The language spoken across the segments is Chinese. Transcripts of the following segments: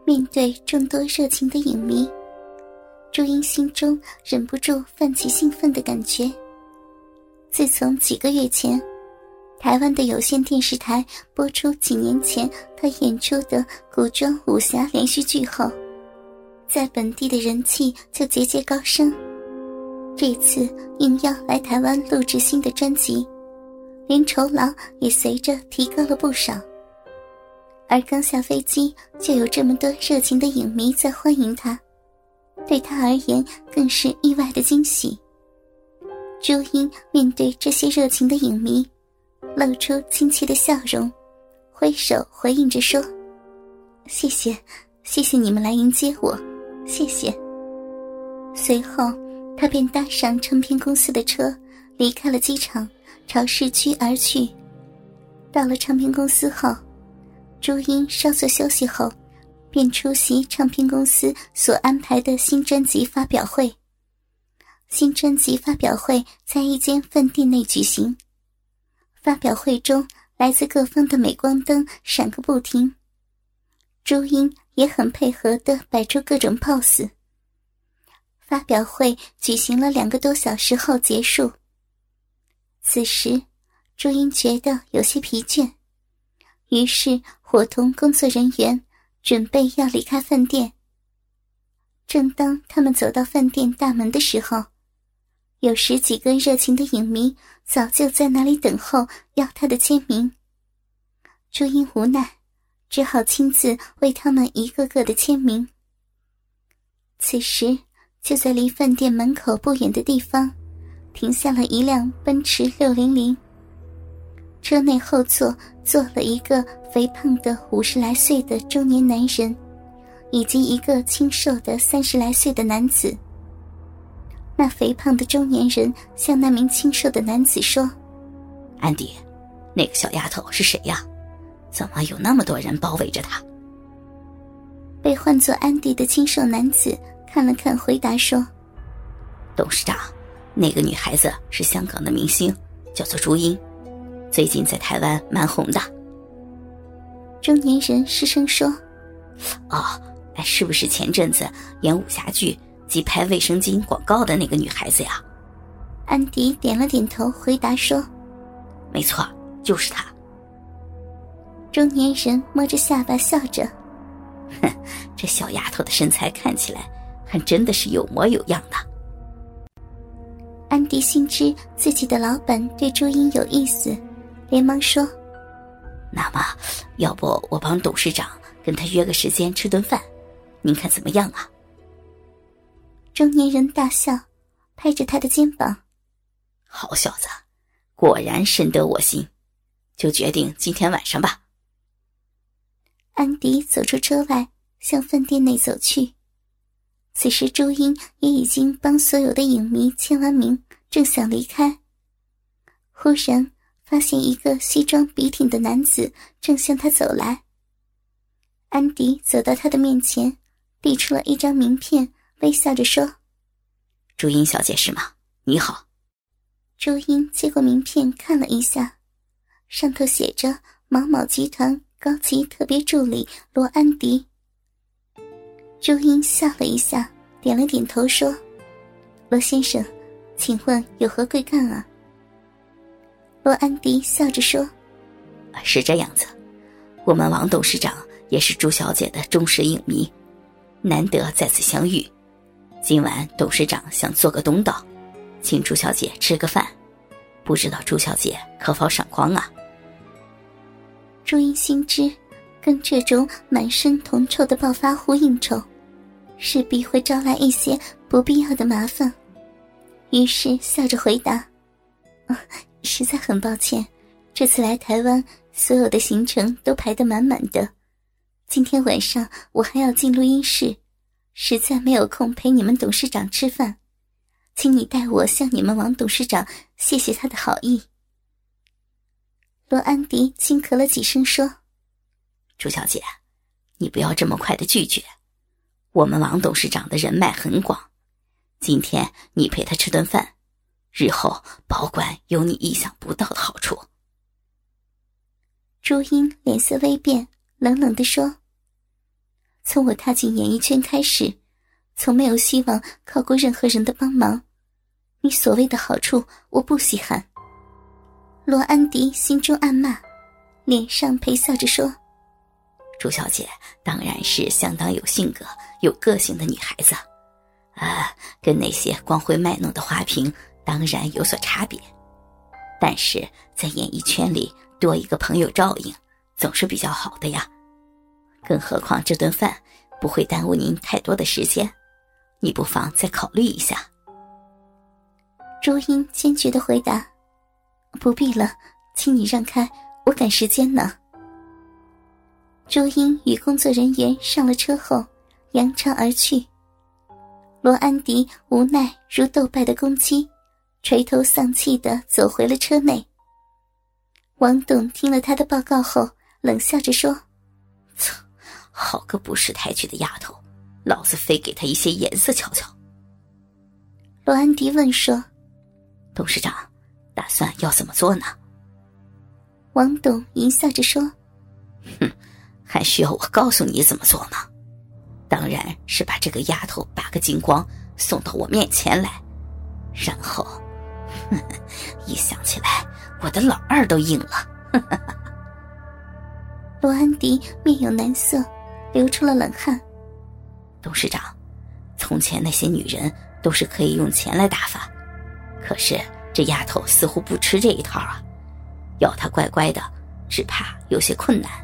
面对众多热情的影迷，朱茵心中忍不住泛起兴奋的感觉。自从几个月前台湾的有线电视台播出几年前他演出的古装武侠连续剧后，在本地的人气就节节高升。这次应邀来台湾录制新的专辑，连酬劳也随着提高了不少。而刚下飞机就有这么多热情的影迷在欢迎他，对他而言更是意外的惊喜。朱茵面对这些热情的影迷，露出亲切的笑容，挥手回应着说：谢谢，谢谢你们来迎接我，谢谢。随后他便搭上唱片公司的车，离开了机场，朝市区而去。到了唱片公司后，朱茵稍作休息后，便出席唱片公司所安排的新专辑发表会。新专辑发表会在一间饭店内举行，发表会中来自各方的镁光灯闪个不停，朱茵也很配合地摆出各种 pose。 发表会举行了2个多小时后结束。此时朱茵觉得有些疲倦，于是伙同工作人员准备要离开饭店。正当他们走到饭店大门的时候，有10几个热情的影迷早就在那里等候要他的签名。朱茵无奈，只好亲自为他们一个个的签名。此时就在离饭店门口不远的地方停下了一辆奔驰600，车内后座坐了一个肥胖的50来岁的中年男人，以及一个清瘦的30来岁的男子。那肥胖的中年人向那名清瘦的男子说： 安迪，那个小丫头是谁呀？怎么有那么多人包围着她？ 被唤作安迪的清瘦男子看了看，回答说： 董事长，那个女孩子是香港的明星，叫做朱茵，最近在台湾蛮红的。 中年人失声说： 哦，是不是前阵子演武侠剧及拍卫生巾广告的那个女孩子呀？ 安迪点了点头，回答说： 没错，就是她。 中年人摸着下巴笑着： 哼，这小丫头的身材看起来还真的是有模有样的。 安迪心知自己的老板对朱茵有意思，连忙说： 那么要不我帮董事长跟他约个时间吃顿饭，您看怎么样啊？ 中年人大笑，拍着他的肩膀： 好小子，果然深得我心，就决定今天晚上吧。 安迪走出车外，向饭店内走去。此时朱茵也已经帮所有的影迷签完名，正想离开，忽然发现一个西装笔挺的男子正向他走来。安迪走到他的面前，递出了一张名片，微笑着说： 朱茵小姐是吗？你好。 朱茵接过名片看了一下，上头写着毛某集团高级特别助理罗安迪。朱茵笑了一下，点了点头说：罗先生，请问有何贵干啊？罗安迪笑着说： 是这样子，我们王董事长也是朱小姐的忠实影迷，难得再次相遇，今晚董事长想做个东道，请朱小姐吃个饭，不知道朱小姐可否赏光啊？ 朱茵心知跟这种满身铜臭的暴发户应酬，势必会招来一些不必要的麻烦，于是笑着回答：实在很抱歉，这次来台湾所有的行程都排得满满的，今天晚上我还要进录音室，实在没有空陪你们董事长吃饭，请你代我向你们王董事长谢谢他的好意。罗安迪轻咳了几声说： 朱小姐，你不要这么快的拒绝，我们王董事长的人脉很广，今天你陪他吃顿饭，日后保管有你意想不到的好处。 朱茵脸色微变，冷冷地说： 从我踏进演艺圈开始，从没有希望靠过任何人的帮忙，你所谓的好处我不稀罕。罗安迪心中暗骂，脸上陪笑着说， 朱小姐当然是相当有性格有个性的女孩子，跟那些光会卖弄的花瓶当然有所差别，但是在演艺圈里多一个朋友照应总是比较好的呀。更何况这顿饭不会耽误您太多的时间，你不妨再考虑一下。 朱茵坚决地回答，不必了，请你让开，我赶时间呢。朱茵与工作人员上了车后扬长而去，罗安迪无奈如斗败的公鸡，垂头丧气地走回了车内。王董听了他的报告后冷笑着说， 好个不识抬举的丫头，老子非给她一些颜色瞧瞧。 罗安迪问说， 董事长打算要怎么做呢？ 王董淫笑着说， 还需要我告诉你怎么做吗？当然是把这个丫头拔个精光送到我面前来，然后一想起来我的老二都硬了。 罗安迪面有难色，流出了冷汗。 董事长，从前那些女人都是可以用钱来打发，可是这丫头似乎不吃这一套啊，要她乖乖的只怕有些困难。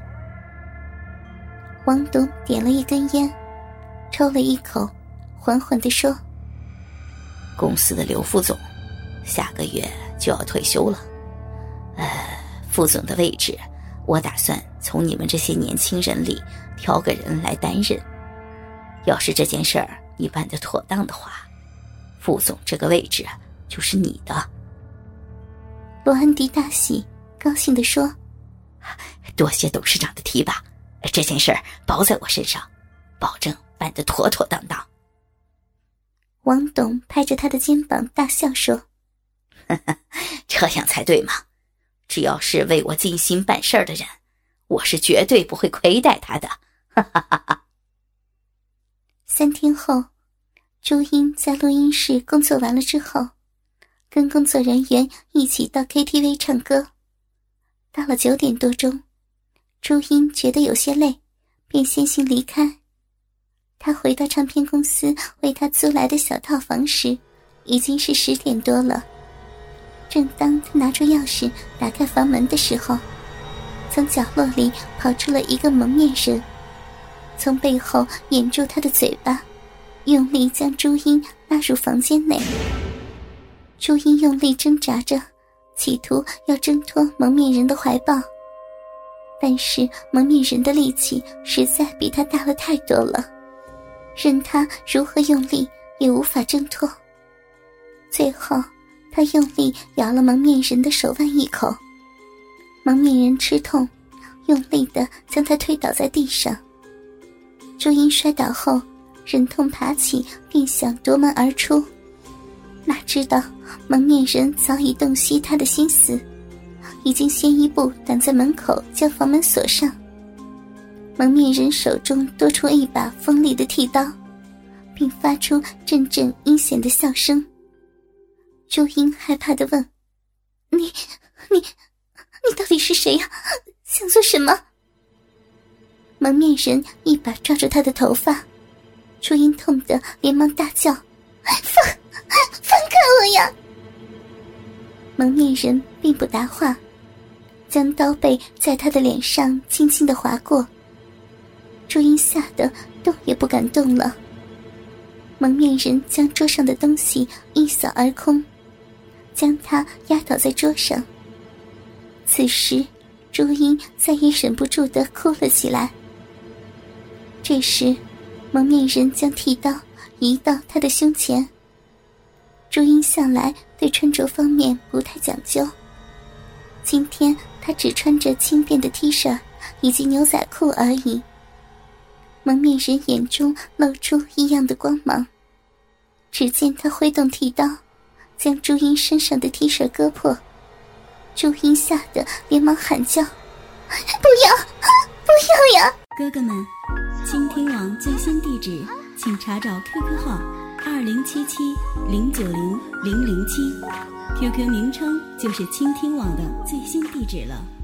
王董点了一根烟，抽了一口，缓缓地说， 公司的刘副总下个月就要退休了，副总的位置我打算从你们这些年轻人里挑个人来担任，要是这件事儿你办得妥当的话，副总这个位置就是你的。 罗安迪大喜，高兴地说， 多谢董事长的提拔，这件事儿包在我身上，保证办得妥妥当当。 王董拍着他的肩膀大笑说， 这样才对嘛，只要是为我尽心办事儿的人，我是绝对不会亏待他的。 3天后，朱茵在录音室工作完了之后，跟工作人员一起到 KTV 唱歌。到了9点多钟，朱茵觉得有些累，便先行离开。她回到唱片公司为她租来的小套房时，已经是10点多了。正当她拿出钥匙打开房门的时候，从角落里跑出了一个蒙面人，从背后掩住她的嘴巴，用力将朱茵拉入房间内。朱茵用力挣扎着，企图要挣脱蒙面人的怀抱，但是蒙面人的力气实在比他大了太多了，任他如何用力也无法挣脱。最后他用力咬了蒙面人的手腕一口，蒙面人吃痛，用力地将他推倒在地上。朱茵摔倒后忍痛爬起，便想夺门而出，哪知道蒙面人早已洞悉他的心思，已经先一步挡在门口，将房门锁上。蒙面人手中多出一把锋利的剃刀，并发出阵阵阴险的笑声。朱茵害怕地问，你到底是谁呀？想做什么？蒙面人一把抓住他的头发，朱茵痛得连忙大叫，放开我呀！蒙面人并不答话，将刀背在他的脸上轻轻地划过。朱茵吓得动也不敢动了。蒙面人将桌上的东西一扫而空，将他压倒在桌上。此时朱茵再也忍不住地哭了起来。这时蒙面人将剃刀移到他的胸前。朱茵向来对穿着方面不太讲究，今天她只穿着轻便的 T 恤以及牛仔裤而已。蒙面人眼中露出异样的光芒，只见他挥动剃刀，将朱茵身上的 T 恤割破。朱茵吓得连忙喊叫，不要呀！ 哥哥们， 倾听网最新地址，请查找 QQ 号2077090007，QQ 名称就是倾听网的最新地址了。